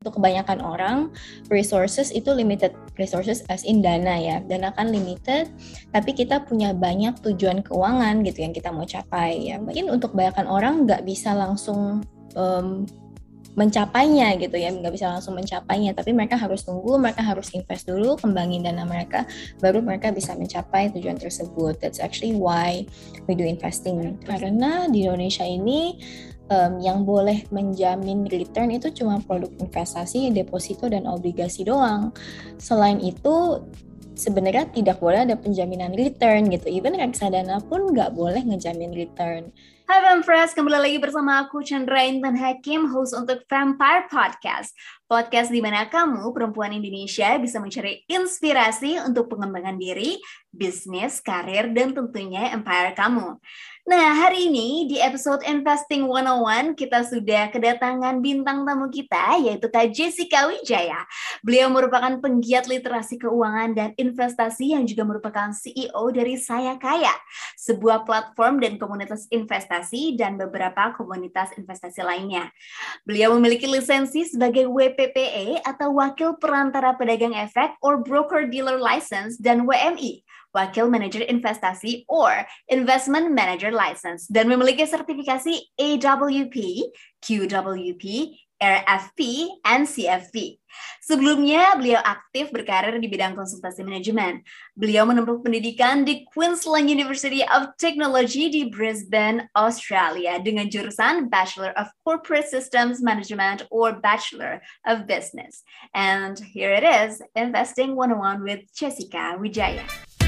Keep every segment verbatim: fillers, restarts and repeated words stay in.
untuk kebanyakan orang resources itu limited, resources as in dana ya, dana kan limited, tapi kita punya banyak tujuan keuangan gitu yang kita mau capai ya. Mungkin untuk kebanyakan orang nggak bisa langsung um, mencapainya gitu ya, nggak bisa langsung mencapainya, tapi mereka harus tunggu, mereka harus invest dulu, kembangin dana mereka, baru mereka bisa mencapai tujuan tersebut. That's actually why we do investing. Karena di Indonesia ini um, yang boleh menjamin return itu cuma produk investasi, deposito, dan obligasi doang. Selain itu sebenarnya tidak boleh ada penjaminan return gitu. Even reksadana pun nggak boleh ngejamin return. Hai Femfresh, kembali lagi bersama aku Chandra Intan Hakim, host untuk Vampire Podcast. Podcast di mana kamu, perempuan Indonesia, bisa mencari inspirasi untuk pengembangan diri, bisnis, karir, dan tentunya empire kamu. Nah, hari ini di episode Investing seratus satu kita sudah kedatangan bintang tamu kita, yaitu Kak Jessica Wijaya. Beliau merupakan penggiat literasi keuangan dan investasi yang juga merupakan C E O dari Saya Kaya, sebuah platform dan komunitas investasi dan beberapa komunitas investasi lainnya. Beliau memiliki lisensi sebagai W P P E atau Wakil Perantara Pedagang Efek or Broker Dealer License dan W M I, Wakil Manajer Investasi or Investment Manager License, dan memiliki sertifikasi A W P, Q W P, R F P, and C F P. Sebelumnya, beliau aktif berkarir di bidang konsultasi manajemen. Beliau menempuh pendidikan di Queensland University of Technology di Brisbane, Australia, dengan jurusan Bachelor of Corporate Systems Management or Bachelor of Business. And here it is, Investing seratus satu with Jessica Wijaya.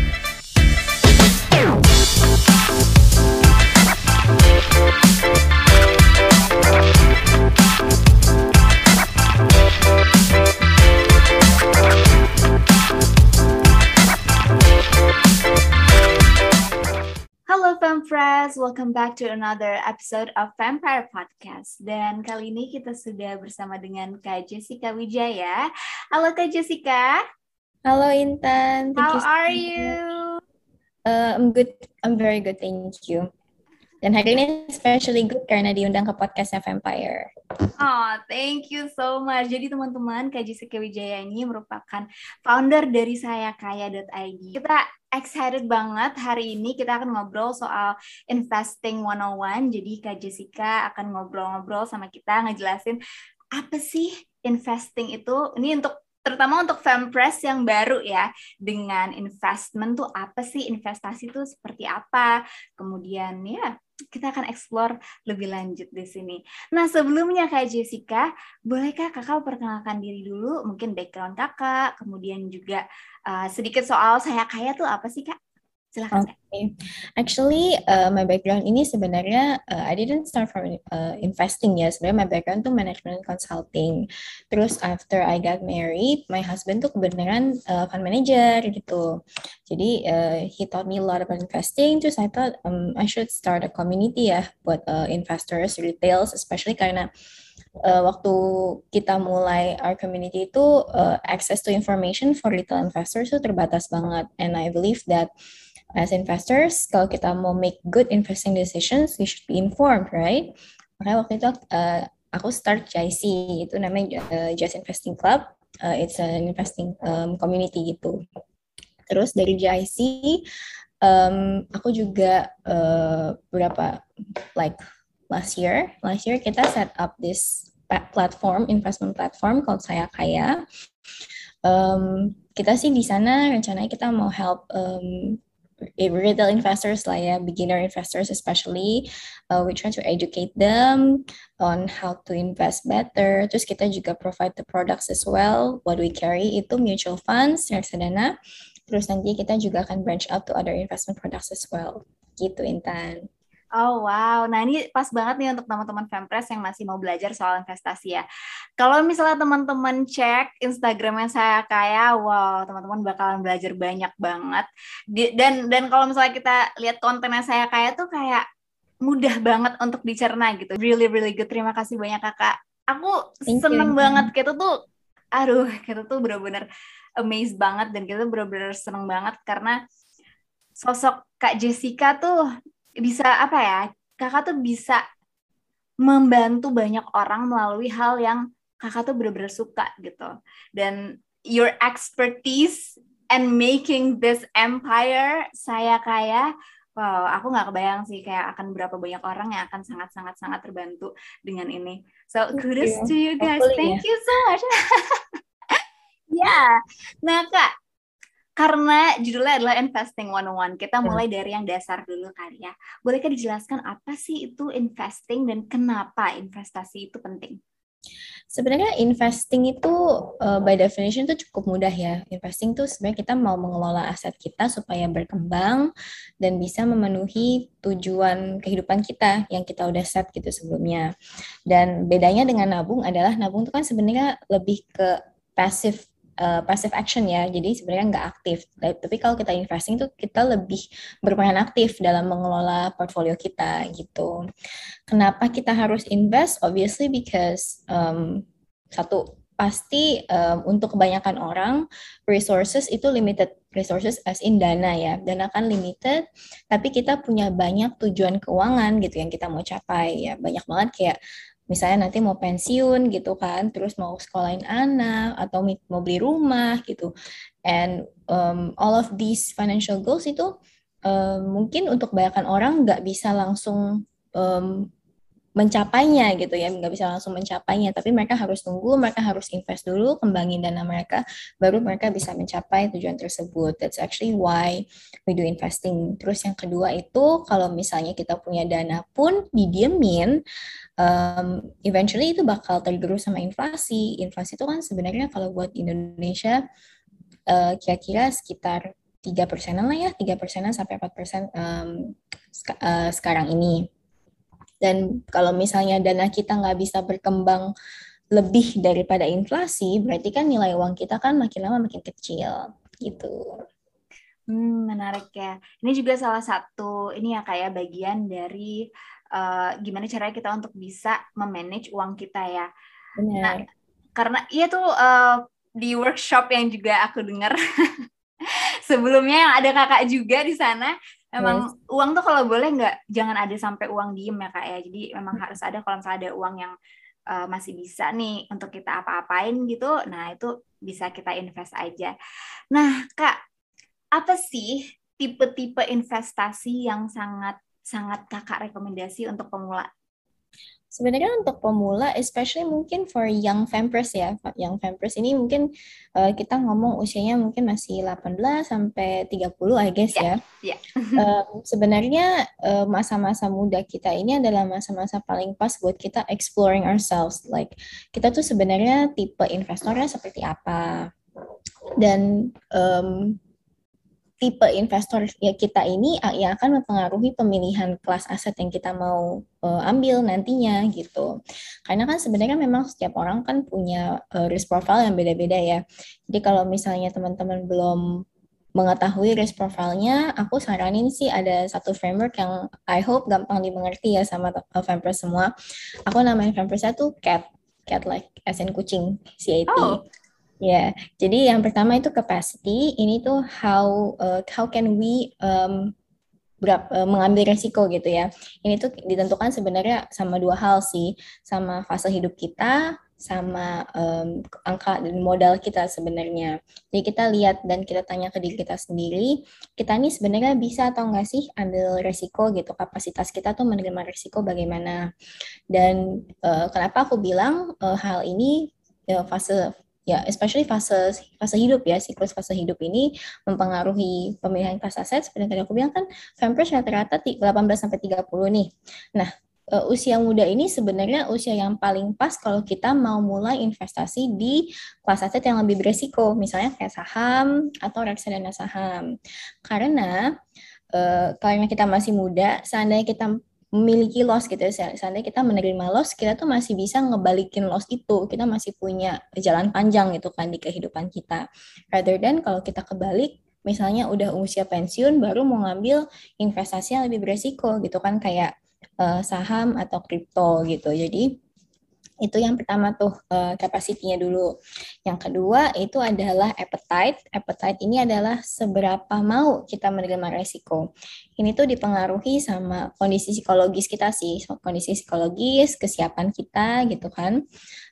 Halo Femfresh, welcome back to another episode of Vampire Podcast. Dan kali ini kita sudah bersama dengan Kak Jessica Wijaya. Halo Kak Jessica. Halo Intan. Thank How you are you? Uh, I'm good. I'm very good, thank you. Dan hari ini especially good karena diundang ke podcastnya Vampire. Oh, thank you so much. Jadi teman-teman, Kak Jessica Wijaya ini merupakan founder dari saya kaya dot i d. Kita excited banget hari ini kita akan ngobrol soal Investing seratus satu. Jadi Kak Jessica akan ngobrol-ngobrol sama kita, ngejelasin apa sih investing itu. Ini untuk terutama untuk Fempress yang baru ya, dengan investment tuh apa sih, investasi tuh seperti apa, kemudian ya kita akan explore lebih lanjut di sini. Nah sebelumnya Kak Jessica, bolehkah kakak perkenalkan diri dulu, mungkin background kakak, kemudian juga uh, sedikit soal Saya Kaya tuh apa sih Kak? Silakan. Oke, okay. Actually uh, my background ini sebenarnya uh, I didn't start from uh, investing ya. Sebenarnya my background tuh management consulting. Terus after I got married, my husband tuh kebenaran uh, fund manager gitu. Jadi uh, he taught me a lot about investing. Terus I thought um, I should start a community ya buat uh, investors, retails, especially karena Uh, waktu kita mulai our community itu uh, access to information for retail investors itu terbatas banget, and I believe that as investors kalau kita mau make good investing decisions we should be informed, right? Makanya waktu itu uh, aku start J I C, itu namanya uh, Just Investing Club. Uh, it's an investing um, community gitu. Terus dari J I C um, aku juga uh, berapa like Last year, last year kita set up this platform, investment platform called Saya Kaya. Um, kita sih di sana rencananya kita mau help um, retail investors lah ya, beginner investors especially. Uh, we try to educate them on how to invest better. Terus kita juga provide the products as well. What we carry itu mutual funds, reksadana. Terus nanti kita juga akan branch out to other investment products as well. Gitu Intan. Oh wow, nah ini pas banget nih untuk teman-teman Fempress yang masih mau belajar soal investasi ya. Kalau misalnya teman-teman cek Instagramnya Saya Kaya, wow teman-teman bakalan belajar banyak banget. Dan dan kalau misalnya kita lihat kontennya Saya Kaya tuh kayak mudah banget untuk dicerna gitu. Really really good. Terima kasih banyak kakak. Aku Thank seneng you. banget kita tuh, aduh kita tuh bener-bener amazed banget dan kita bener-bener seneng banget karena sosok Kak Jessica tuh bisa apa ya, kakak tuh bisa membantu banyak orang melalui hal yang kakak tuh bener-bener suka gitu. Dan your expertise and making this empire saya kaya, wow, aku nggak kebayang sih kayak akan berapa banyak orang yang akan sangat-sangat-sangat terbantu dengan ini. So kudos to you guys, thank you so much. Ya, yeah. Nah Kak, karena judulnya adalah Investing one oh one, kita mulai dari yang dasar dulu kali ya. Bolehkah dijelaskan apa sih itu investing dan kenapa investasi itu penting? Sebenarnya investing itu uh, by definition itu cukup mudah ya. Investing tuh sebenarnya kita mau mengelola aset kita supaya berkembang dan bisa memenuhi tujuan kehidupan kita yang kita udah set gitu sebelumnya. Dan bedanya dengan nabung adalah nabung itu kan sebenarnya lebih ke passive Uh, passive action ya, jadi sebenarnya nggak aktif. Tapi kalau kita investing tuh kita lebih berperan aktif dalam mengelola portfolio kita gitu. Kenapa kita harus invest? Obviously because um, satu pasti um, untuk kebanyakan orang resources itu limited, resources as in dana ya, dana kan limited. Tapi kita punya banyak tujuan keuangan gitu yang kita mau capai ya, banyak banget kayak misalnya nanti mau pensiun gitu kan, terus mau sekolahin anak atau mau beli rumah gitu. And um, all of these financial goals itu um, mungkin untuk kebanyakan orang nggak bisa langsung um, mencapainya gitu ya, nggak bisa langsung mencapainya, tapi mereka harus tunggu, mereka harus invest dulu, kembangin dana mereka, baru mereka bisa mencapai tujuan tersebut. That's actually why we do investing. Terus yang kedua itu, kalau misalnya kita punya dana pun didiemin, um, eventually itu bakal tergerus sama inflasi. Inflasi itu kan sebenarnya kalau buat Indonesia uh, kira-kira sekitar tiga persenan lah ya, tiga persenan sampai empat persen um, sek- uh, sekarang ini. Dan kalau misalnya dana kita nggak bisa berkembang lebih daripada inflasi, berarti kan nilai uang kita kan makin lama makin kecil gitu. Hmm, menarik ya. Ini juga salah satu ini ya kayak bagian dari uh, gimana caranya kita untuk bisa memanage uang kita ya. Benar. Nah, karena iya tuh uh, di workshop yang juga aku dengar sebelumnya yang ada kakak juga di sana. Memang yes. Uang tuh kalau boleh nggak, jangan ada sampai uang diem ya kak ya. Jadi memang hmm. harus ada kalau misalnya ada uang yang uh, masih bisa nih untuk kita apa-apain gitu. Nah itu bisa kita invest aja. Nah kak, apa sih tipe-tipe investasi yang sangat sangat kakak rekomendasi untuk pemula? Sebenarnya untuk pemula, especially mungkin for young vampers ya, young vampers ini mungkin uh, kita ngomong usianya mungkin masih delapan belas sampai tiga puluh I guess yeah, ya. Yeah. uh, sebenarnya uh, masa-masa muda kita ini adalah masa-masa paling pas buat kita exploring ourselves. Like kita tuh sebenarnya tipe investornya seperti apa. Dan um, tipe investor ya kita ini yang akan mempengaruhi pemilihan kelas aset yang kita mau uh, ambil nantinya gitu. Karena kan sebenarnya memang setiap orang kan punya uh, risk profile yang beda-beda ya. Jadi kalau misalnya teman-teman belum mengetahui risk profile-nya, aku saranin sih ada satu framework yang I hope gampang dimengerti ya sama uh, vampers semua. Aku namain vampersnya tuh cat, cat like as in kucing, C A T. Oh. Ya, yeah. Jadi yang pertama itu capacity. Ini tuh how uh, how can we um, berap, uh, mengambil resiko gitu ya. Ini tuh ditentukan sebenarnya sama dua hal sih, sama fase hidup kita, sama um, angka dan modal kita sebenarnya. Jadi kita lihat dan kita tanya ke diri kita sendiri, kita ini sebenarnya bisa atau enggak sih ambil resiko gitu, kapasitas kita tuh menerima resiko bagaimana. Dan uh, kenapa aku bilang uh, hal ini uh, fase ya, especially fase fase hidup ya, siklus fase hidup ini mempengaruhi pemilihan kelas aset. Seperti yang tadi aku bilang kan, vampers rata-rata delapan belas sampai tiga puluh nih. Nah, uh, usia muda ini sebenarnya usia yang paling pas kalau kita mau mulai investasi di kelas aset yang lebih beresiko, misalnya kayak saham atau reksadana saham. Karena uh, karena kita masih muda, seandainya kita memiliki loss gitu ya, seandainya kita menerima loss, kita tuh masih bisa ngebalikin loss itu, kita masih punya jalan panjang gitu kan di kehidupan kita. Rather than kalau kita kebalik, misalnya udah usia pensiun, baru mau ngambil investasi yang lebih beresiko gitu kan, kayak uh, saham atau kripto gitu. Jadi itu yang pertama tuh uh, capacity-nya dulu. Yang kedua itu adalah appetite. Appetite ini adalah seberapa mau kita menerima resiko. Ini tuh dipengaruhi sama kondisi psikologis kita sih, kondisi psikologis, kesiapan kita gitu kan.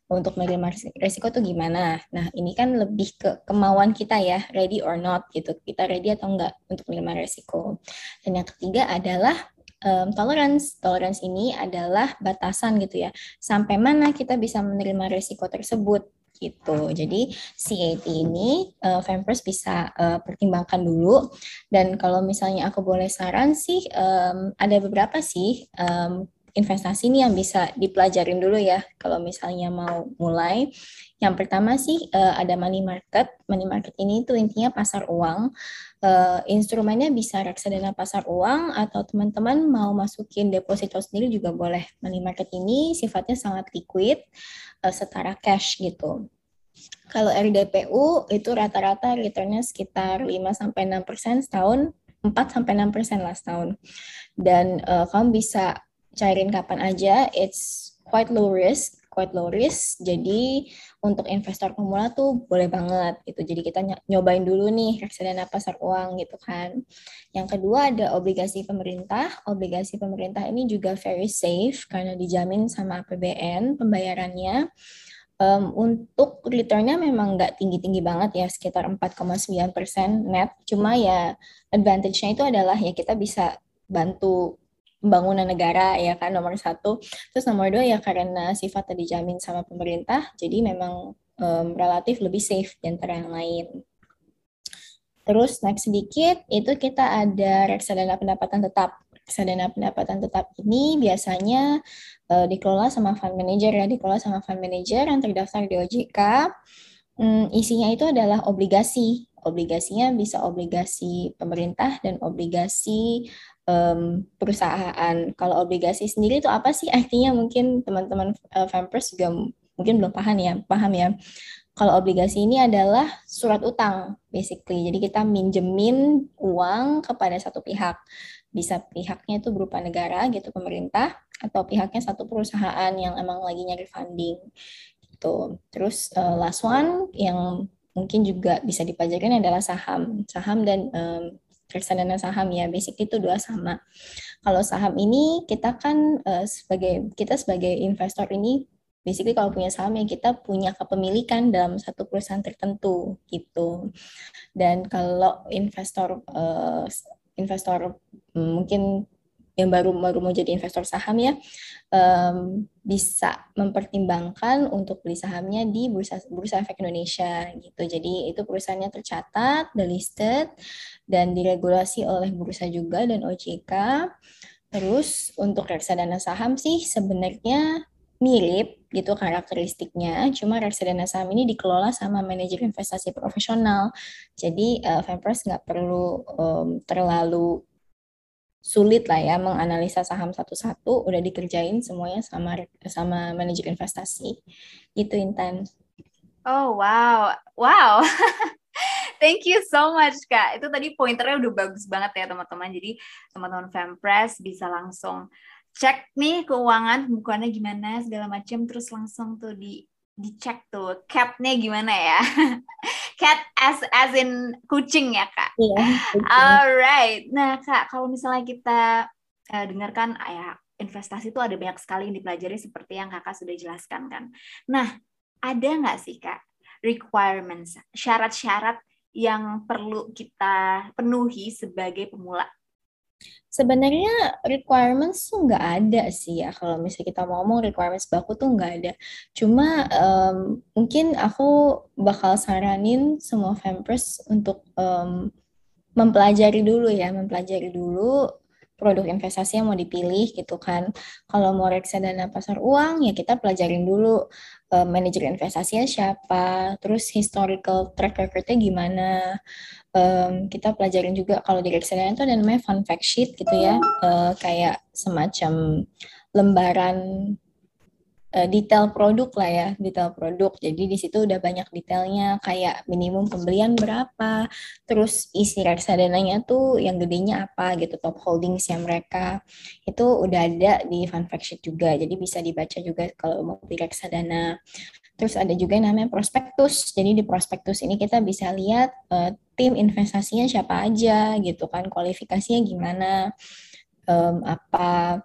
untuk menerima resiko tuh gimana. Nah, ini kan lebih ke kemauan kita ya, ready or not gitu. Kita ready atau enggak untuk menerima resiko. Dan yang ketiga adalah um, tolerance. Tolerance ini adalah batasan gitu ya. Sampai mana kita bisa menerima resiko tersebut gitu. Jadi C A T ini uh, Vampers bisa uh, pertimbangkan dulu. Dan kalau misalnya aku boleh saran sih, um, ada beberapa sih um, investasi nih yang bisa dipelajarin dulu ya kalau misalnya mau mulai. Yang pertama sih uh, ada money market. Money market ini tuh intinya pasar uang. Uh, instrumennya bisa reksadana pasar uang atau teman-teman mau masukin deposito sendiri juga boleh. Money market ini sifatnya sangat liquid, uh, setara cash gitu. Kalau R D P U itu rata-rata returnnya sekitar lima sampai enam persen setahun, empat sampai enam persen lah setahun. Dan uh, kamu bisa cairin kapan aja, it's quite low risk, quite low risk. Jadi untuk investor pemula tuh boleh banget gitu. Jadi kita nyobain dulu nih reksadana pasar uang gitu kan. Yang kedua ada obligasi pemerintah. Obligasi pemerintah ini juga very safe karena dijamin sama A P B N pembayarannya. Um, untuk returnnya memang nggak tinggi-tinggi banget ya, sekitar empat koma sembilan persen net. Cuma ya advantage-nya itu adalah ya kita bisa bantu pembangunan negara ya kan nomor satu. Terus nomor dua ya karena sifatnya dijamin sama pemerintah, jadi memang um, relatif lebih safe di antara yang lain. Terus next sedikit, itu kita ada reksadana pendapatan tetap. Reksadana pendapatan tetap ini biasanya uh, dikelola sama fund manager ya, dikelola sama fund manager yang terdaftar di O J K. Hmm, isinya itu adalah obligasi. Obligasinya bisa obligasi pemerintah dan obligasi um, perusahaan. Kalau obligasi sendiri itu apa sih artinya? Mungkin teman-teman uh, Vampers juga mungkin belum paham ya, paham ya. Kalau obligasi ini adalah surat utang, basically. Jadi kita minjemin uang kepada satu pihak. Bisa pihaknya itu berupa negara, gitu, pemerintah, atau pihaknya satu perusahaan yang emang lagi nyari funding. Gitu. Terus uh, last one yang mungkin juga bisa dipelajarin adalah saham. Saham dan um, reksadana saham ya, basic itu dua sama. Kalau saham ini kita kan uh, sebagai kita sebagai investor ini basically kalau punya saham ya kita punya kepemilikan dalam satu perusahaan tertentu gitu. Dan kalau investor uh, investor mungkin yang baru baru mau jadi investor saham ya um, bisa mempertimbangkan untuk beli sahamnya di bursa bursa efek Indonesia gitu. Jadi itu perusahaannya tercatat, delisted dan diregulasi oleh bursa juga dan O J K. Terus untuk reksadana saham sih sebenarnya mirip gitu karakteristiknya, cuma reksadana saham ini dikelola sama manajer investasi profesional. Jadi uh, Vampers nggak perlu um, terlalu sulit lah ya menganalisa saham satu-satu, udah dikerjain semuanya sama sama manajer investasi. Itu Intan. Oh wow, wow. Thank you so much Kak. Itu tadi pointernya udah bagus banget ya teman-teman. Jadi teman-teman Vampres bisa langsung cek nih keuangan bukuannya gimana segala macam, terus langsung tuh di dicek tuh capnya gimana ya. Cat as as in kucing ya Kak. Iya. Alright. Nah Kak, kalau misalnya kita uh, dengarkan ya investasi itu ada banyak sekali yang dipelajari seperti yang Kakak sudah jelaskan kan. Nah, ada nggak sih Kak requirements, syarat-syarat yang perlu kita penuhi sebagai pemula? Sebenarnya requirements tuh nggak ada sih ya. Kalau misalnya kita mau ngomong requirements baku tuh nggak ada. Cuma um, mungkin aku bakal saranin semua Vampers untuk um, mempelajari dulu ya, mempelajari dulu produk investasi yang mau dipilih gitu kan. Kalau mau reksadana pasar uang ya kita pelajarin dulu uh, manajer investasinya siapa, terus historical track recordnya gimana. Um, kita pelajarin juga kalau di reksadana itu ada namanya fun fact sheet gitu ya, uh, kayak semacam lembaran uh, detail produk lah ya, detail produk. Jadi di situ udah banyak detailnya kayak minimum pembelian berapa, terus isi reksadananya tuh yang gedenya apa gitu, top holdingsnya mereka. Itu udah ada di fun fact sheet juga. Jadi bisa dibaca juga kalau mau beli reksadana. Terus ada juga yang namanya prospektus. Jadi di prospektus ini kita bisa lihat uh, tim investasinya siapa aja gitu kan, kualifikasinya gimana, um, apa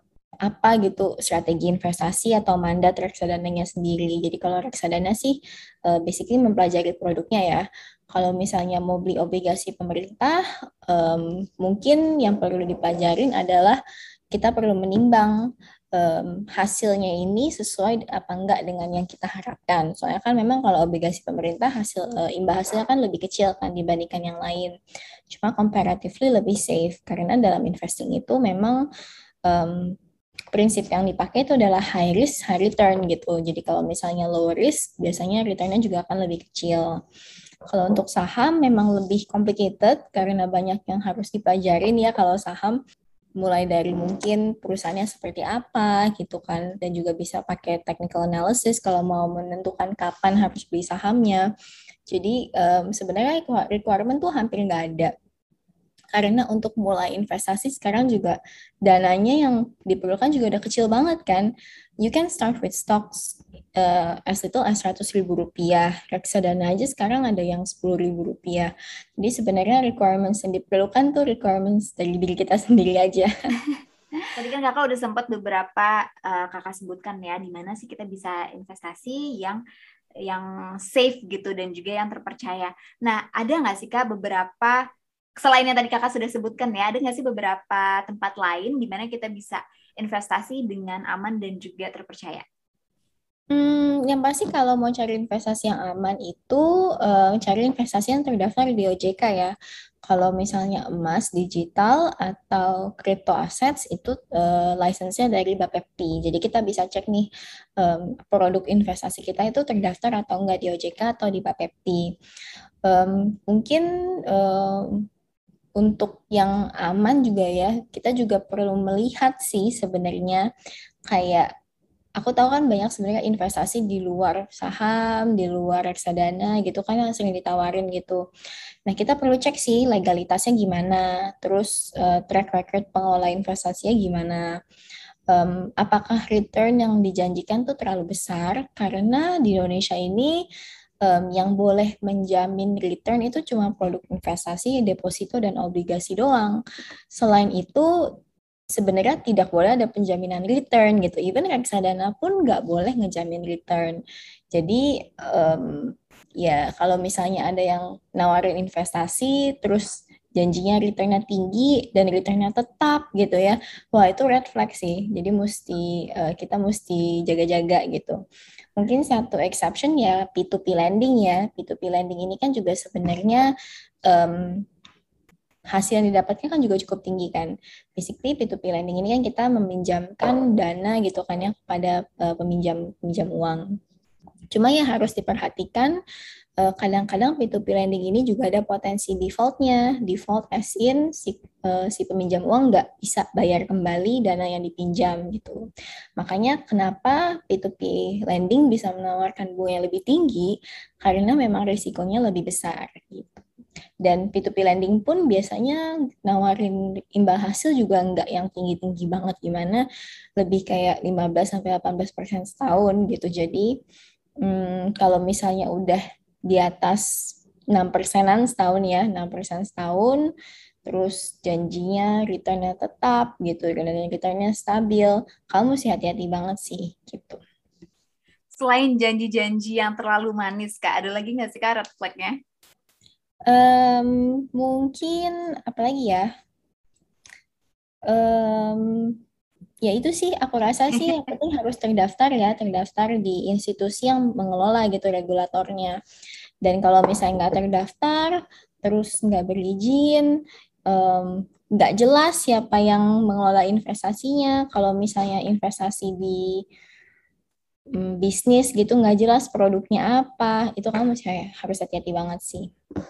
apa gitu strategi investasi atau mandat reksadananya sendiri. Jadi kalau reksadana sih uh, basically mempelajari produknya ya. Kalau misalnya mau beli obligasi pemerintah, um, mungkin yang perlu dipelajarin adalah kita perlu menimbang um, hasilnya ini sesuai apa enggak dengan yang kita harapkan. Soalnya kan memang kalau obligasi pemerintah hasil uh, imbal hasilnya kan lebih kecil kan dibandingkan yang lain. Cuma comparatively lebih safe karena dalam investing itu memang um, prinsip yang dipakai itu adalah high risk, high return gitu. Jadi kalau misalnya low risk, biasanya returnnya juga akan lebih kecil. Kalau untuk saham memang lebih complicated karena banyak yang harus dipelajarin ya kalau saham mulai dari mungkin perusahaannya seperti apa gitu kan dan juga bisa pakai technical analysis kalau mau menentukan kapan harus beli sahamnya. Jadi um, sebenarnya requirement tuh hampir nggak ada. Karena untuk mulai investasi sekarang juga dananya yang diperlukan juga udah kecil banget kan. You can start with stocks uh, as little as seratus ribu rupiah. Reksadana aja sekarang ada yang sepuluh ribu rupiah. Jadi sebenarnya requirements yang diperlukan tuh requirements dari diri kita sendiri aja. Tadi kan kakak udah sempat beberapa uh, kakak sebutkan ya, di mana sih kita bisa investasi yang yang safe gitu dan juga yang terpercaya. Nah, ada nggak sih kak beberapa selain yang tadi kakak sudah sebutkan ya, ada nggak sih beberapa tempat lain di mana kita bisa investasi dengan aman dan juga terpercaya? Hmm, yang pasti kalau mau cari investasi yang aman itu uh, cari investasi yang terdaftar di O J K ya. Kalau misalnya emas digital atau crypto assets itu uh, license-nya dari Bapepti. Jadi kita bisa cek nih um, produk investasi kita itu terdaftar atau enggak di O J K atau di Bapepti. Um, mungkin um, untuk yang aman juga ya, kita juga perlu melihat sih sebenarnya kayak aku tahu kan banyak sebenarnya investasi di luar saham, di luar reksadana gitu kan yang sering ditawarin gitu. Nah, kita perlu cek sih legalitasnya gimana, terus uh, track record pengelola investasinya gimana. Um, apakah return yang dijanjikan tuh terlalu besar? Karena di Indonesia ini um, yang boleh menjamin return itu cuma produk investasi, deposito, dan obligasi doang. Selain itu, sebenarnya tidak boleh ada penjaminan return gitu. Even reksadana pun nggak boleh ngejamin return. Jadi um, ya kalau misalnya ada yang nawarin investasi terus janjinya returnnya tinggi dan returnnya tetap gitu ya, wah itu red flag sih. Jadi mesti uh, kita mesti jaga-jaga gitu. Mungkin satu exception ya P to P lending ya. P to P lending ini kan juga sebenarnya um, hasil yang didapatnya kan juga cukup tinggi kan. Basically P to P lending ini kan kita meminjamkan dana gitu kan ya kepada uh, peminjam peminjam uang. Cuma ya harus diperhatikan uh, kadang-kadang P to P lending ini juga ada potensi default-nya. Default as in si, uh, si peminjam uang nggak bisa bayar kembali dana yang dipinjam gitu. Makanya kenapa P to P lending bisa menawarkan bunga yang lebih tinggi karena memang risikonya lebih besar gitu. Dan P to P lending pun biasanya nawarin imbal hasil juga nggak yang tinggi-tinggi banget, gimana lebih kayak lima belas sampai delapan belas persen setahun gitu. Jadi hmm, kalau misalnya udah di atas enam persenan setahun ya, enam persen setahun, terus janjinya returnnya tetap gitu, dan returnnya stabil, kamu mesti hati-hati banget sih gitu. Selain janji-janji yang terlalu manis, Kak, ada lagi nggak sih Kak red flag-nya? Um, mungkin apalagi ya? Um, ya itu sih aku rasa sih yang penting harus terdaftar ya, terdaftar di institusi yang mengelola gitu regulatornya. Dan kalau misalnya nggak terdaftar, terus nggak berizin, um, nggak jelas siapa yang mengelola investasinya. Kalau misalnya investasi di um, bisnis gitu nggak jelas produknya apa, itu kamu harus hati-hati banget sih.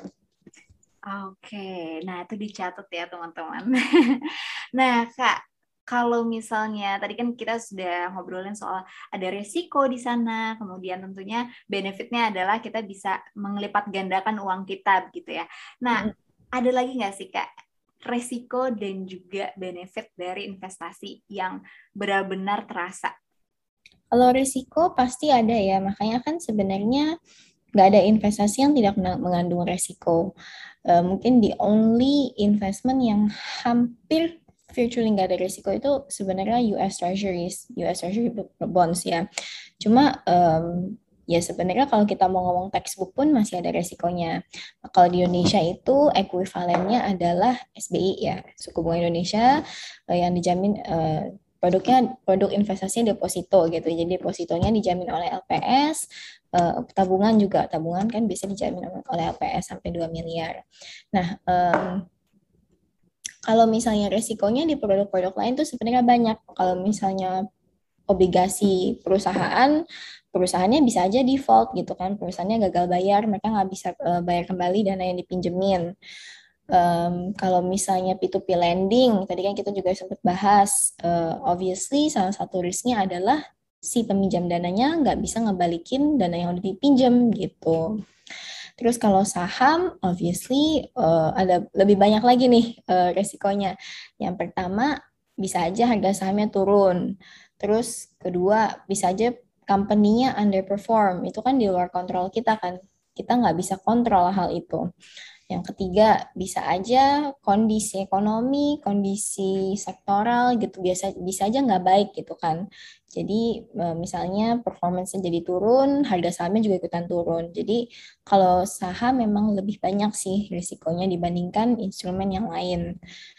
Oke, nah itu dicatat ya teman-teman. Nah Kak, kalau misalnya tadi kan kita sudah ngobrolin soal ada resiko di sana, kemudian tentunya benefitnya adalah kita bisa melipat gandakan uang kita begitu ya. Nah, ada lagi nggak sih Kak resiko dan juga benefit dari investasi yang benar-benar terasa? Kalau risiko pasti ada ya, makanya kan sebenarnya nggak ada investasi yang tidak mengandung resiko. Uh, mungkin the only investment yang hampir virtually nggak ada risiko itu sebenarnya U S Treasuries, U S Treasury bonds ya. Cuma um, ya sebenarnya kalau kita mau ngomong textbook pun masih ada resikonya. Kalau di Indonesia itu ekuivalennya adalah S B I ya, suku bunga Indonesia uh, yang dijamin uh, produknya produk investasi deposito gitu. Jadi depositonya dijamin oleh L P S, uh, tabungan juga tabungan kan bisa dijamin oleh L P S sampai dua miliar. Nah, um, kalau misalnya resikonya di produk-produk lain tuh sebenarnya banyak. Kalau misalnya obligasi perusahaan, perusahaannya bisa aja default gitu kan, perusahaannya gagal bayar, mereka nggak bisa uh, bayar kembali dana yang dipinjemin. Um, kalau misalnya P to P lending, tadi kan kita juga sempat bahas, uh, obviously salah satu risknya adalah si peminjam dananya nggak bisa ngebalikin dana yang udah dipinjam gitu. Terus kalau saham, obviously uh, ada lebih banyak lagi nih uh, resikonya. Yang pertama, bisa aja harga sahamnya turun. Terus kedua, bisa aja company-nya underperform. Itu kan di luar kontrol kita kan. Kita nggak bisa kontrol hal itu. Yang ketiga, bisa aja kondisi ekonomi, kondisi sektoral gitu biasa bisa aja nggak baik gitu kan. Jadi misalnya performance-nya jadi turun, harga sahamnya juga ikutan turun. Jadi kalau saham memang lebih banyak sih risikonya dibandingkan instrumen yang lain.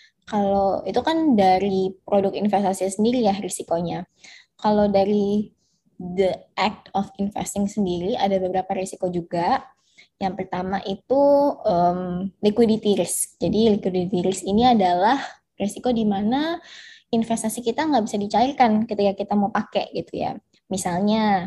Kalau itu kan dari produk investasi sendiri ya risikonya. Kalau dari the act of investing sendiri ada beberapa risiko juga. Yang pertama itu um, liquidity risk. Jadi liquidity risk ini adalah risiko di mana investasi kita nggak bisa dicairkan ketika kita mau pakai gitu ya. Misalnya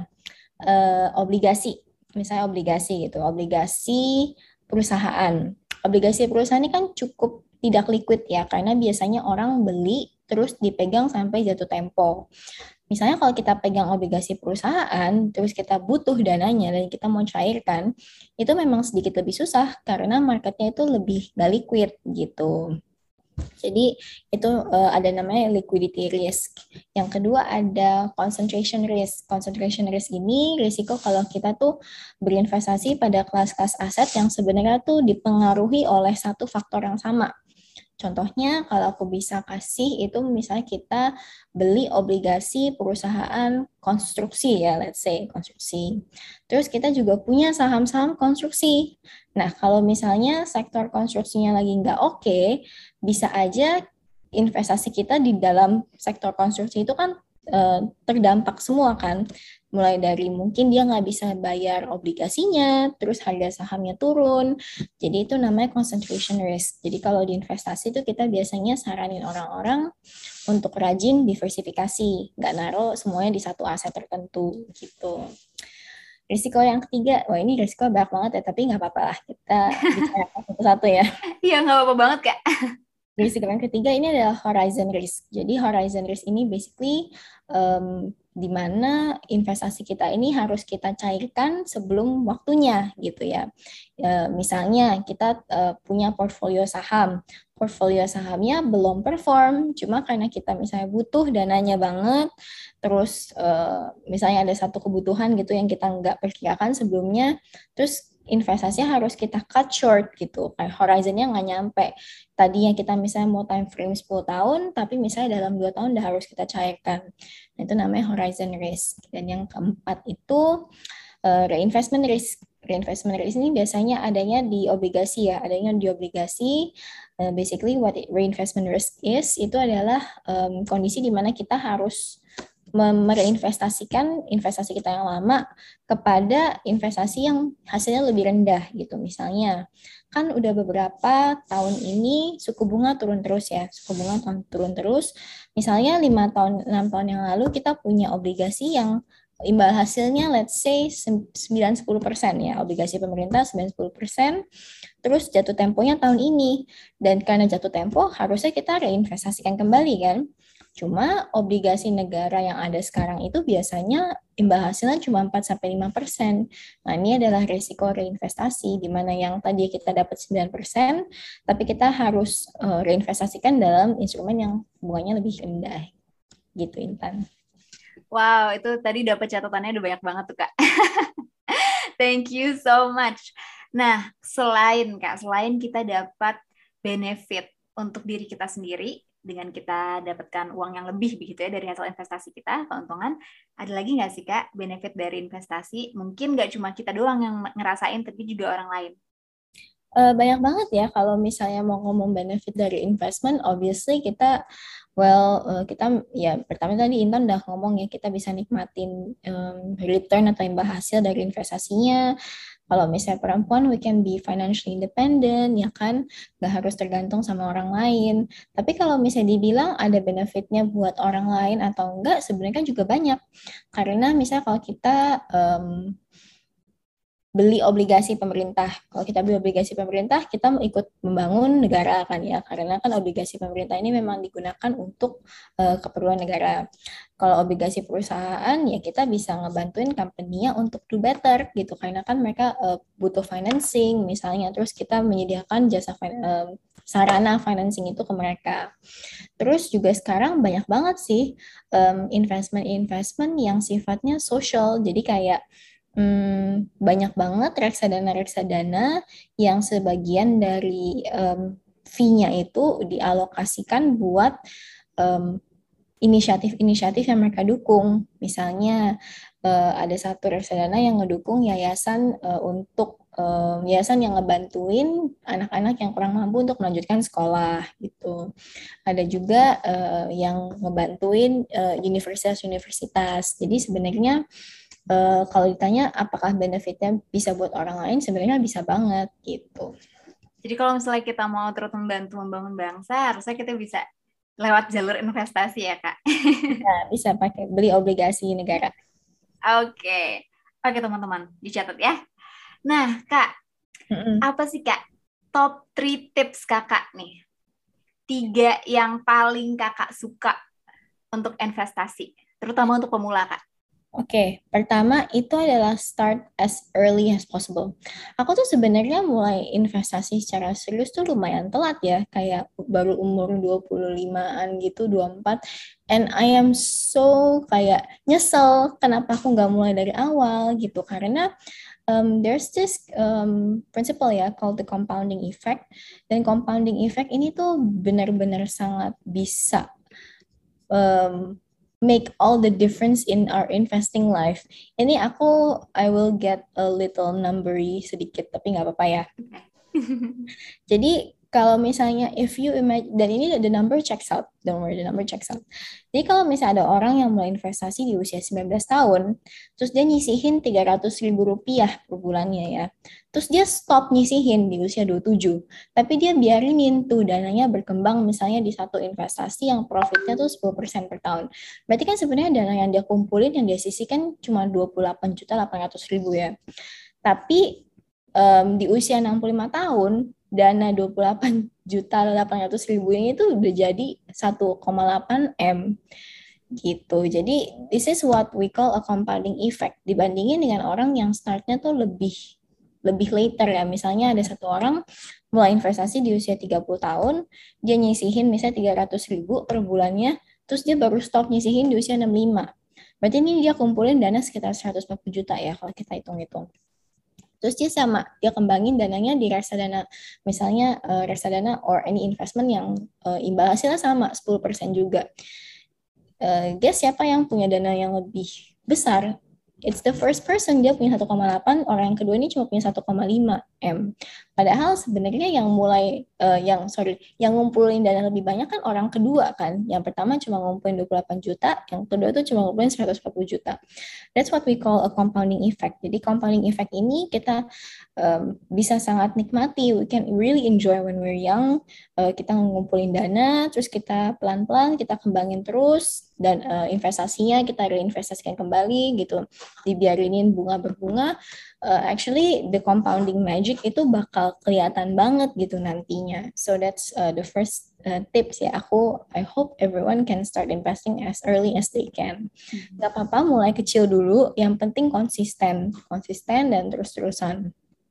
uh, obligasi, misalnya obligasi gitu, obligasi perusahaan. Obligasi perusahaan ini kan cukup tidak liquid ya, karena biasanya orang beli terus dipegang sampai jatuh tempo. Misalnya kalau kita pegang obligasi perusahaan, terus kita butuh dananya dan kita mau cairkan, itu memang sedikit lebih susah karena marketnya itu lebih gak liquid gitu. Jadi itu uh, ada namanya liquidity risk. Yang kedua ada concentration risk. Concentration risk ini risiko kalau kita tuh berinvestasi pada kelas-kelas aset yang sebenarnya tuh dipengaruhi oleh satu faktor yang sama. Contohnya kalau aku bisa kasih itu misalnya kita beli obligasi perusahaan konstruksi ya, let's say konstruksi. Terus kita juga punya saham-saham konstruksi. Nah, kalau misalnya sektor konstruksinya lagi nggak oke, bisa aja investasi kita di dalam sektor konstruksi itu kan eh, terdampak semua kan. Mulai dari mungkin dia nggak bisa bayar obligasinya, terus harga sahamnya turun. Jadi itu namanya concentration risk. Jadi kalau di investasi itu kita biasanya saranin orang-orang untuk rajin diversifikasi, nggak naruh semuanya di satu aset tertentu gitu. Risiko yang ketiga, wah ini risiko banyak banget ya, tapi nggak apa-apa lah, kita bicara satu-satu ya. Iya, nggak apa-apa banget, Kak. Risiko yang ketiga ini adalah horizon risk. Jadi horizon risk ini basically um, di mana investasi kita ini harus kita cairkan sebelum waktunya gitu ya. E, misalnya kita uh, punya portfolio saham, portfolio sahamnya belum perform, cuma karena kita misalnya butuh dananya banget, terus uh, misalnya ada satu kebutuhan gitu yang kita nggak perkirakan sebelumnya, terus investasinya harus kita cut short gitu, kayak horizonnya nggak nyampe. Tadinya kita misalnya mau time frame sepuluh tahun, tapi misalnya dalam dua tahun udah harus kita cairkan. Nah, itu namanya horizon risk. Dan yang keempat itu uh, reinvestment risk. Reinvestment risk ini biasanya adanya di obligasi ya, adanya di obligasi. Uh, basically what reinvestment risk is, itu adalah um, kondisi di mana kita harus mereinvestasikan investasi kita yang lama kepada investasi yang hasilnya lebih rendah gitu. Misalnya, kan udah beberapa tahun ini suku bunga turun terus ya, suku bunga turun terus. Misalnya lima tahun, enam tahun yang lalu kita punya obligasi yang imbal hasilnya let's say sembilan sampai sepuluh persen ya, obligasi pemerintah sembilan sampai sepuluh persen. Terus jatuh temponya tahun ini. Dan karena jatuh tempo harusnya kita reinvestasikan kembali kan. Cuma obligasi negara yang ada sekarang itu biasanya imbal hasilnya cuma empat sampai lima persen. Nah, ini adalah risiko reinvestasi, di mana yang tadi kita dapat sembilan persen, tapi kita harus uh, reinvestasikan dalam instrumen yang bunganya lebih rendah. Gitu, Intan. Wow, itu tadi dapat catatannya udah banyak banget tuh, Kak. Thank you so much. Nah, selain, Kak, selain kita dapat benefit untuk diri kita sendiri, dengan kita dapatkan uang yang lebih begitu ya dari hasil investasi kita, keuntungan. Ada lagi nggak sih Kak benefit dari investasi? Mungkin nggak cuma kita doang yang ngerasain, tapi juga orang lain. Uh, banyak banget ya kalau misalnya mau ngomong benefit dari investment, obviously kita, well, uh, kita ya pertama tadi Intan udah ngomong ya kita bisa nikmatin um, return atau imbal hasil dari investasinya. Kalau misalnya perempuan, we can be financially independent, ya kan, nggak harus tergantung sama orang lain. Tapi kalau misalnya dibilang ada benefitnya buat orang lain atau enggak, sebenarnya kan juga banyak. Karena misalnya kalau kita um, beli obligasi pemerintah. Kalau kita beli obligasi pemerintah, kita mau ikut membangun negara kan ya, karena kan obligasi pemerintah ini memang digunakan untuk uh, keperluan negara. Kalau obligasi perusahaan, ya kita bisa ngebantuin company-nya untuk do better gitu, karena kan mereka uh, butuh financing misalnya, terus kita menyediakan jasa fin- uh, sarana financing itu ke mereka. Terus juga sekarang banyak banget sih um, investment-investment yang sifatnya social, jadi kayak Hmm, banyak banget reksadana-reksadana yang sebagian dari um, fee-nya itu dialokasikan buat um, inisiatif-inisiatif yang mereka dukung. Misalnya uh, ada satu reksadana yang ngedukung yayasan uh, untuk um, yayasan yang ngebantuin anak-anak yang kurang mampu untuk melanjutkan sekolah gitu. Ada juga uh, yang ngebantuin uh, universitas-universitas. Jadi sebenarnya uh, kalau ditanya apakah benefitnya bisa buat orang lain, sebenarnya bisa banget gitu. Jadi kalau misalnya kita mau terus membantu membangun bangsa, harusnya kita bisa lewat jalur investasi ya Kak. Nah, bisa pakai beli obligasi negara. Oke, oke teman-teman, dicatat ya. Nah Kak, Mm-mm. apa sih Kak top three tips Kakak nih? Tiga yang paling Kakak suka untuk investasi, terutama untuk pemula Kak. Oke, okay. Pertama itu adalah start as early as possible. Aku tuh sebenarnya mulai investasi secara serius tuh lumayan telat ya, kayak baru umur dua puluh limaan gitu, dua puluh empat. And I am so kayak nyesel kenapa aku nggak mulai dari awal gitu, karena um, there's this um, principle ya called the compounding effect. Dan compounding effect ini tuh benar-benar sangat bisa um, make all the difference in our investing life. Ini aku I will get a little numbery sedikit, tapi nggak apa-apa ya. Jadi kalau misalnya if you imagine, dan ini the number checks out, don't worry, the number checks out. Jadi kalau misalnya ada orang yang mulai investasi di usia sembilan belas tahun, terus dia nyisihin tiga ratus ribu rupiah per bulannya ya, terus dia stop nyisihin di usia dua puluh tujuh, tapi dia biarinin tuh dananya berkembang misalnya di satu investasi yang profitnya tuh sepuluh persen per tahun. Berarti kan sebenarnya dana yang dia kumpulin, yang dia sisihkan cuma dua puluh delapan juta delapan ratus ribu ya. Tapi um, di usia enam puluh lima tahun, dana dua puluh delapan juta delapan ratus ribu ini tuh udah jadi satu koma delapan M gitu. Jadi this is what we call a compounding effect dibandingin dengan orang yang startnya tuh lebih lebih later ya. Misalnya ada satu orang mulai investasi di usia tiga puluh tahun, dia nyisihin misalnya tiga ratus ribu per bulannya, terus dia baru stop nyisihin di usia enam puluh lima. Berarti ini dia kumpulin dana sekitar seratus empat puluh juta ya kalau kita hitung-hitung. Terus dia sama, dia kembangin dananya di reksadana, misalnya uh, reksadana or any investment yang uh, imbal hasilnya sama, sepuluh persen juga. Uh, guess siapa yang punya dana yang lebih besar? It's the first person, dia punya satu koma delapan, orang yang kedua ini cuma punya satu koma lima M. Padahal sebenarnya yang mulai, uh, yang sorry, yang ngumpulin dana lebih banyak kan orang kedua kan. Yang pertama cuma ngumpulin dua puluh delapan juta, yang kedua tuh cuma ngumpulin seratus empat puluh juta. That's what we call a compounding effect. Jadi compounding effect ini kita um, bisa sangat nikmati. We can really enjoy when we're young. Uh, kita ngumpulin dana, terus kita pelan-pelan kita kembangin terus, dan uh, investasinya kita reinvestasikan kembali gitu, dibiarinin bunga berbunga. Uh, actually the compounding magic itu bakal kelihatan banget gitu nantinya. So that's uh, the first uh, tips ya. Aku I hope everyone can start investing as early as they can. Gak apa-apa mulai kecil dulu, yang penting konsisten, konsisten dan terus-terusan.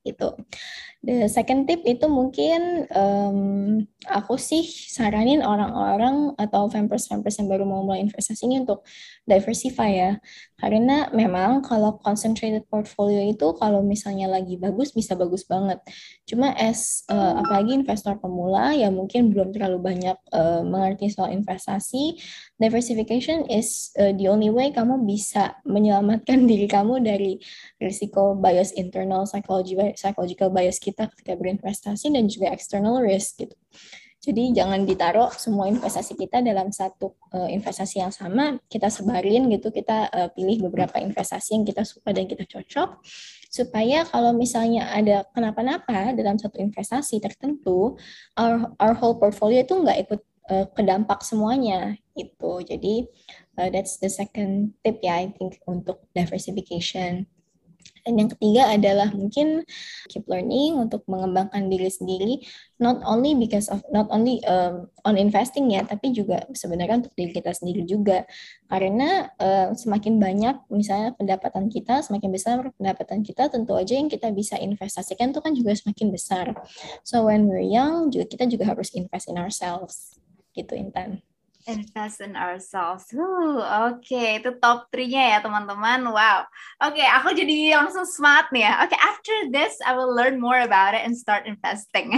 gitu. The second tip itu mungkin um, aku sih saranin orang-orang atau vampers-vampers yang baru mau mulai investasi ini untuk diversify ya. Karena memang kalau concentrated portfolio itu kalau misalnya lagi bagus bisa bagus banget. Cuma as uh, apalagi investor pemula ya mungkin belum terlalu banyak uh, mengerti soal investasi, diversification is uh, the only way kamu bisa menyelamatkan diri kamu dari risiko bias internal, psychology, psychological bias kita ketika berinvestasi dan juga external risk gitu. Jadi jangan ditaruh semua investasi kita dalam satu uh, investasi yang sama, kita sebarin gitu, kita uh, pilih beberapa investasi yang kita suka dan kita cocok, supaya kalau misalnya ada kenapa-napa dalam satu investasi tertentu, our, our whole portfolio itu nggak ikut uh, kedampak semuanya gitu. Jadi uh, that's the second tip ya, I think, untuk diversification. Dan yang ketiga adalah mungkin keep learning untuk mengembangkan diri sendiri, not only because of not only um, on investing ya, tapi juga sebenarnya untuk diri kita sendiri juga. Karena uh, semakin banyak misalnya pendapatan kita, semakin besar pendapatan kita, tentu aja yang kita bisa investasikan itu kan juga semakin besar. So when we're young, juga kita juga harus invest in ourselves. Gitu, Intan. Invest in ourselves. Uh, Oke, okay. Itu top three-nya ya teman-teman. Wow. Oke, okay, aku jadi langsung smart nih ya. Oke, okay, after this, I will learn more about it and start investing.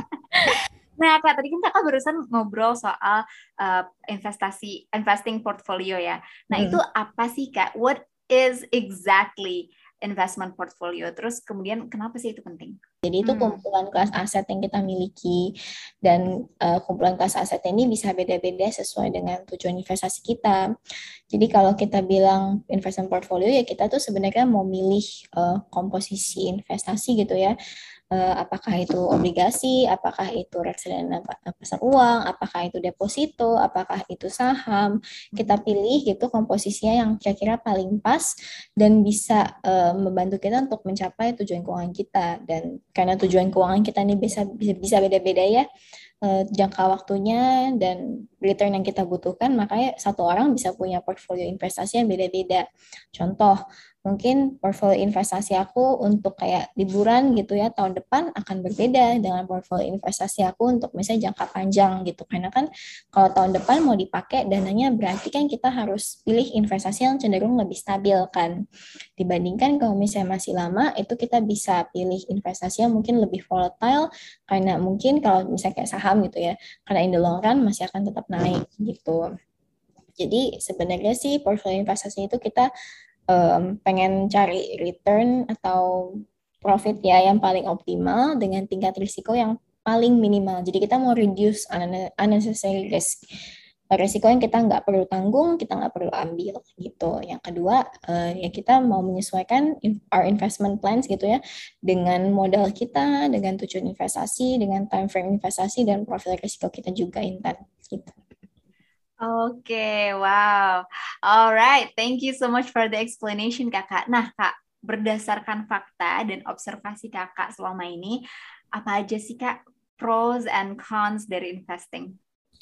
Nah, Kak, tadi kan Kakak barusan ngobrol soal uh, investasi, investing portfolio ya. Nah, hmm. itu apa sih, Kak? What is exactly investment portfolio? Terus kemudian kenapa sih itu penting? Jadi itu kumpulan kelas aset yang kita miliki, dan uh, kumpulan kelas aset ini bisa beda-beda sesuai dengan tujuan investasi kita. Jadi kalau kita bilang investment portfolio ya kita tuh sebenarnya mau milih uh, komposisi investasi gitu ya. Uh, apakah itu obligasi, apakah itu reksadana pasar uang, apakah itu deposito, apakah itu saham. Kita pilih gitu komposisinya yang kira-kira paling pas dan bisa uh, membantu kita untuk mencapai tujuan keuangan kita. Dan karena tujuan keuangan kita ini bisa bisa, bisa beda-beda ya, uh, jangka waktunya dan return yang kita butuhkan, makanya satu orang bisa punya portfolio investasi yang beda-beda. Contoh, mungkin portfolio investasi aku untuk kayak liburan gitu ya tahun depan akan berbeda dengan portfolio investasi aku untuk misalnya jangka panjang gitu. Karena kan kalau tahun depan mau dipakai dananya, berarti kan kita harus pilih investasi yang cenderung lebih stabil kan. Dibandingkan kalau misalnya masih lama, itu kita bisa pilih investasi yang mungkin lebih volatile, karena mungkin kalau misalnya kayak saham gitu ya, karena in the long run masih akan tetap naik gitu. Jadi sebenarnya sih portfolio investasi itu kita Um, pengen cari return atau profit ya yang paling optimal dengan tingkat risiko yang paling minimal. Jadi kita mau reduce unnecessary risk, risiko yang kita nggak perlu tanggung, kita nggak perlu ambil gitu. Yang kedua, uh, ya kita mau menyesuaikan our investment plans gitu ya dengan modal kita, dengan tujuan investasi, dengan time frame investasi dan profil risiko kita juga, Intan gitu. Oke, okay, wow. Alright, thank you so much for the explanation, Kakak. Nah, Kak, berdasarkan fakta dan observasi Kakak selama ini, apa aja sih, Kak, pros and cons dari investing?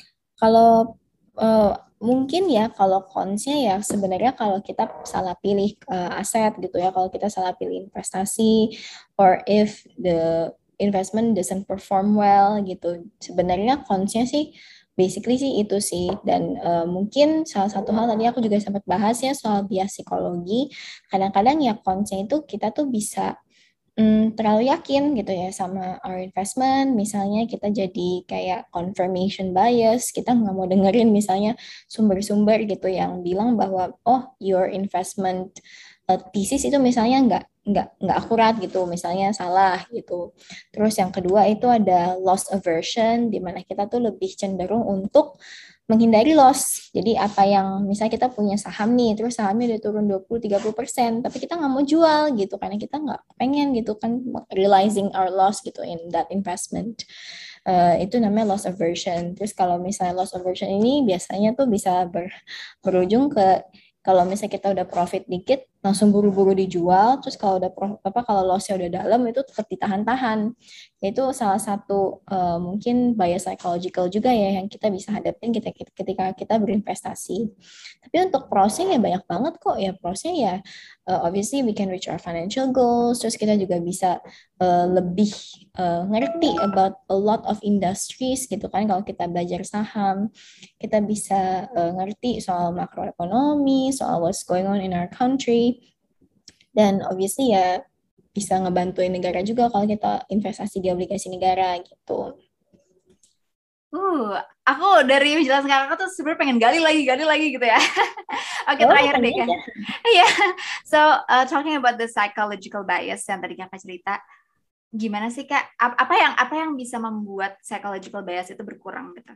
Kalau uh, mungkin ya, kalau cons-nya ya sebenarnya kalau kita salah pilih uh, aset gitu ya, kalau kita salah pilih investasi, or if the investment doesn't perform well gitu, sebenarnya cons-nya sih basically sih itu sih. Dan uh, mungkin salah satu hal tadi aku juga sempat bahas ya soal bias psikologi. Kadang-kadang ya konsep itu kita tuh bisa mm, terlalu yakin gitu ya sama our investment. Misalnya kita jadi kayak confirmation bias. Kita nggak mau dengerin misalnya sumber-sumber gitu yang bilang bahwa oh your investment uh, thesis itu misalnya nggak nggak nggak akurat gitu, misalnya salah gitu. Terus yang kedua itu ada loss aversion, di mana kita tuh lebih cenderung untuk menghindari loss. Jadi apa yang misalnya kita punya saham nih, terus sahamnya udah turun dua puluh sampai tiga puluh persen, tapi kita nggak mau jual gitu karena kita nggak pengen gitu kan realizing our loss gitu in that investment. Uh, itu namanya loss aversion. Terus kalau misalnya loss aversion ini biasanya tuh bisa ber, berujung ke kalau misalnya kita udah profit dikit, langsung buru-buru dijual, terus kalau udah pro, apa kalau lossnya udah dalam itu tetap ditahan-tahan. Itu salah satu uh, mungkin bias psychological juga ya yang kita bisa hadapin kita ketika kita berinvestasi. Tapi untuk prosnya ya banyak banget kok ya prosnya ya uh, obviously we can reach our financial goals, terus kita juga bisa uh, lebih uh, ngerti about a lot of industries gitu kan kalau kita belajar saham, kita bisa uh, ngerti soal makroekonomi, soal what's going on in our country. Dan obviously ya bisa ngebantuin negara juga kalau kita investasi di obligasi negara gitu. Uh, aku dari penjelasan kakak tuh sebenarnya pengen gali lagi, gali lagi gitu ya. Oke, Oh, terakhir deh kan. aja. Iya. So, uh, talking about the psychological bias yang tadi kakak cerita, gimana sih kak? Apa yang apa yang bisa membuat psychological bias itu berkurang gitu?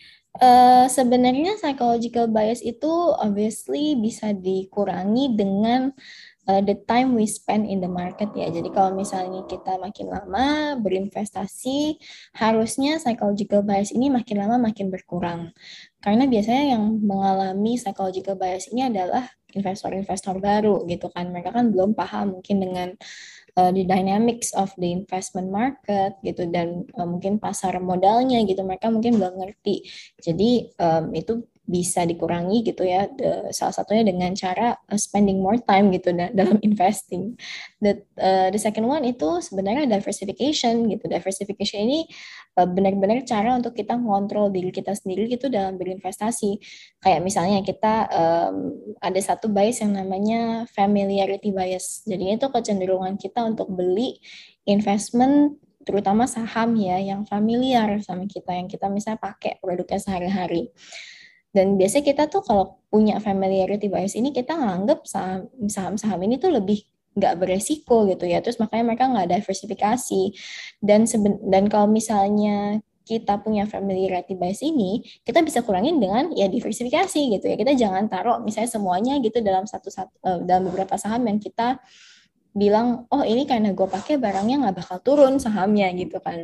Uh, sebenarnya psychological bias itu obviously bisa dikurangi dengan uh, the time we spend in the market ya. Jadi kalau misalnya kita makin lama berinvestasi, harusnya psychological bias ini makin lama makin berkurang. Karena biasanya yang mengalami psychological bias ini adalah investor-investor baru gitu kan. Mereka kan belum paham mungkin dengan uh, the dynamics of the investment market gitu dan uh, mungkin pasar modalnya gitu mereka mungkin belum ngerti. Jadi um, itu bisa dikurangi gitu ya. The, salah satunya dengan cara uh, spending more time gitu da- dalam investing. The uh, the second one itu sebenarnya diversification gitu. Diversification ini uh, benar-benar cara untuk kita ngontrol diri kita sendiri gitu dalam berinvestasi. Kayak misalnya kita um, ada satu bias yang namanya familiarity bias. Jadi itu kecenderungan kita untuk beli investment terutama saham ya yang familiar sama kita yang kita misalnya pakai produknya sehari-hari. Dan biasanya kita tuh kalau punya familiarity bias ini kita nganggep saham, saham-saham ini tuh lebih nggak beresiko gitu ya. Terus makanya mereka nggak diversifikasi. Dan seben, dan kalau misalnya kita punya familiarity bias ini, kita bisa kurangin dengan ya diversifikasi gitu ya. Kita jangan taruh misalnya semuanya gitu dalam satu, satu uh, dalam beberapa saham yang kita bilang, oh ini karena gue pakai barangnya nggak bakal turun sahamnya gitu kan.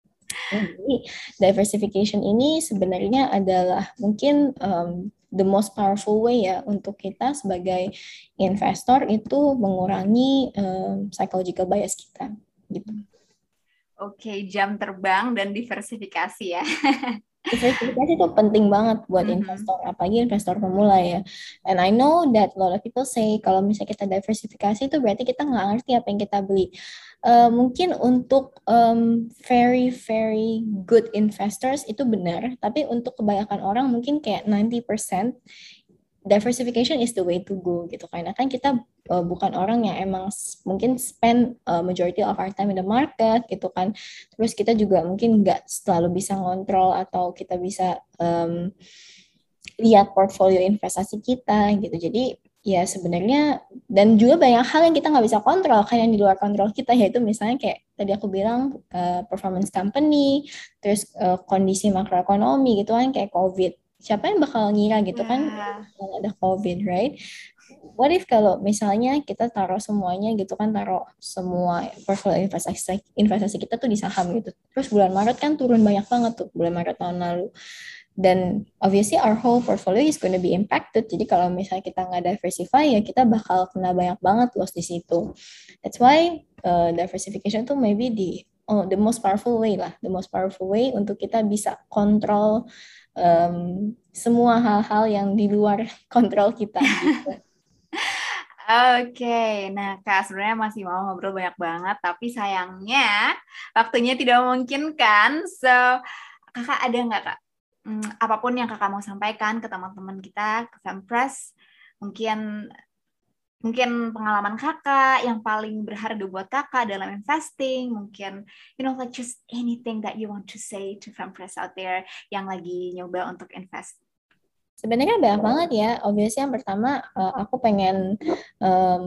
Jadi diversification ini sebenarnya adalah mungkin um, the most powerful way ya untuk kita sebagai investor itu mengurangi um, psychological bias kita gitu. Oke, jam terbang dan diversifikasi ya. Diversifikasi itu penting banget buat Mm-hmm. investor, apalagi investor pemula ya. And I know that a lot of people say kalau misalnya kita diversifikasi itu berarti kita nggak ngerti apa yang kita beli. Uh, mungkin untuk um, very very good investors itu benar, tapi untuk kebanyakan orang mungkin kayak ninety percent diversification is the way to go gitu karena kan kita uh, bukan orang yang emang mungkin spend uh, majority of our time in the market gitu kan terus kita juga mungkin nggak selalu bisa ngontrol atau kita bisa um, lihat portfolio investasi kita gitu jadi ya sebenarnya dan juga banyak hal yang kita nggak bisa kontrol kan yang di luar kontrol kita yaitu misalnya kayak tadi aku bilang uh, performance company terus uh, kondisi makroekonomi gitu kan kayak COVID siapa yang bakal ngira gitu kan Yeah. ada COVID, right? What if kalau misalnya kita taruh semuanya gitu kan, taruh semua portfolio investasi investasi kita tuh di saham gitu. Terus bulan Maret kan turun banyak banget tuh, bulan Maret tahun lalu. Dan obviously our whole portfolio is going to be impacted. Jadi kalau misalnya kita nggak diversify ya kita bakal kena banyak banget loss di situ. That's why uh, diversification tuh maybe the oh, the most powerful way lah, the most powerful way untuk kita bisa kontrol um, semua hal-hal yang di luar kontrol kita gitu. Oke, okay. Nah Kak sebenarnya masih mau ngobrol banyak banget, tapi sayangnya waktunya tidak memungkinkan. So Kakak ada nggak Kak, hmm, apapun yang Kakak mau sampaikan ke teman-teman kita, ke Fempress, mungkin mungkin pengalaman Kakak yang paling berharga buat Kakak dalam investing, mungkin you know like just anything that you want to say to Fempress out there yang lagi nyoba untuk invest. Sebenarnya banyak banget ya. Obviously yang pertama uh, aku pengen um,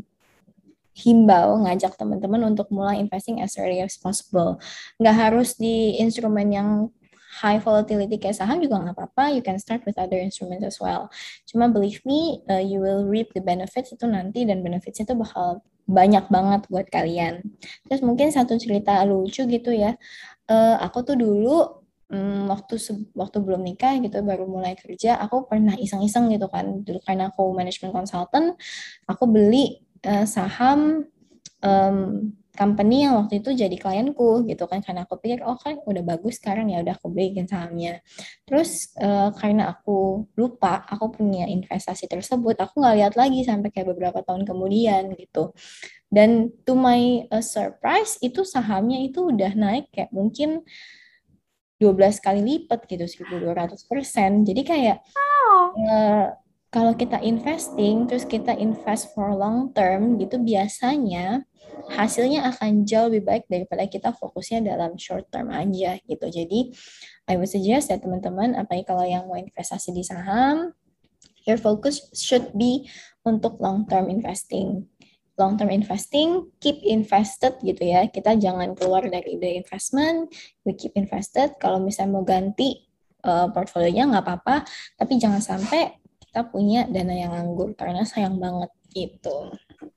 himbau ngajak teman-teman untuk mulai investing as early as possible. Nggak harus di instrumen yang high volatility kayak saham juga nggak apa-apa. You can start with other instruments as well. Cuma believe me, uh, you will reap the benefits itu nanti dan benefits itu bakal banyak banget buat kalian. Terus mungkin satu cerita lucu gitu ya. Uh, aku tuh dulu Hmm, waktu se- waktu belum nikah gitu baru mulai kerja aku pernah iseng-iseng gitu kan dulu karena aku management consultant aku beli eh, saham em, company yang waktu itu jadi klienku gitu kan karena aku pikir oh kan udah bagus sekarang ya udah aku beliin sahamnya terus eh, karena aku lupa aku punya investasi tersebut aku nggak lihat lagi sampai kayak beberapa tahun kemudian gitu dan to my uh, surprise itu sahamnya itu udah naik kayak mungkin dua belas kali lipat gitu seribu dua ratus persen. Jadi kayak Oh. eh, kalau kita investing terus kita invest for long term gitu biasanya hasilnya akan jauh lebih baik daripada kita fokusnya dalam short term aja gitu. Jadi I would suggest ya teman-teman apalagi kalau yang mau investasi di saham your focus should be untuk long term investing. Long term investing, keep invested gitu ya. Kita jangan keluar dari ide investment, we keep invested. Kalau misalnya mau ganti uh, portfolionya nggak apa-apa, tapi jangan sampai kita punya dana yang nganggur karena sayang banget gitu.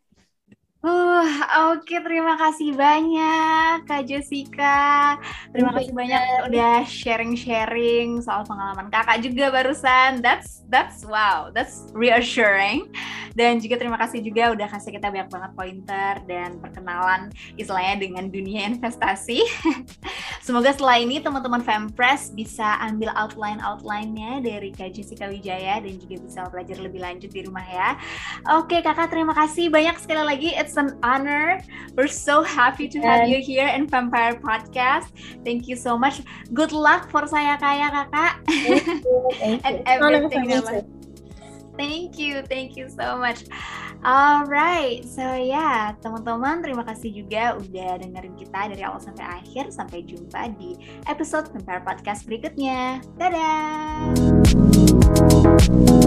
Uh, oke, terima kasih banyak Kak Jessica. Terima Thank you, kasih banyak Intan. udah sharing-sharing soal pengalaman Kakak juga barusan. That's that's wow, that's reassuring. Dan juga terima kasih juga udah kasih kita banyak banget pointer dan perkenalan istilahnya dengan dunia investasi. Semoga setelah ini teman-teman Fempress bisa ambil outline-outline-nya dari Kak Jessica Wijaya dan juga bisa belajar lebih lanjut di rumah ya. Oke Kakak, terima kasih banyak sekali lagi. It's an honor. We're so happy to have you here in Vampire Podcast. Thank you so much. Good luck for Saya Kaya Kakak. Thank you, thank you. And everything in life. Thank you, thank you so much. Alright, so ya yeah, teman-teman terima kasih juga udah dengerin kita dari awal sampai akhir. Sampai jumpa di episode Vampire Podcast berikutnya. Dadah!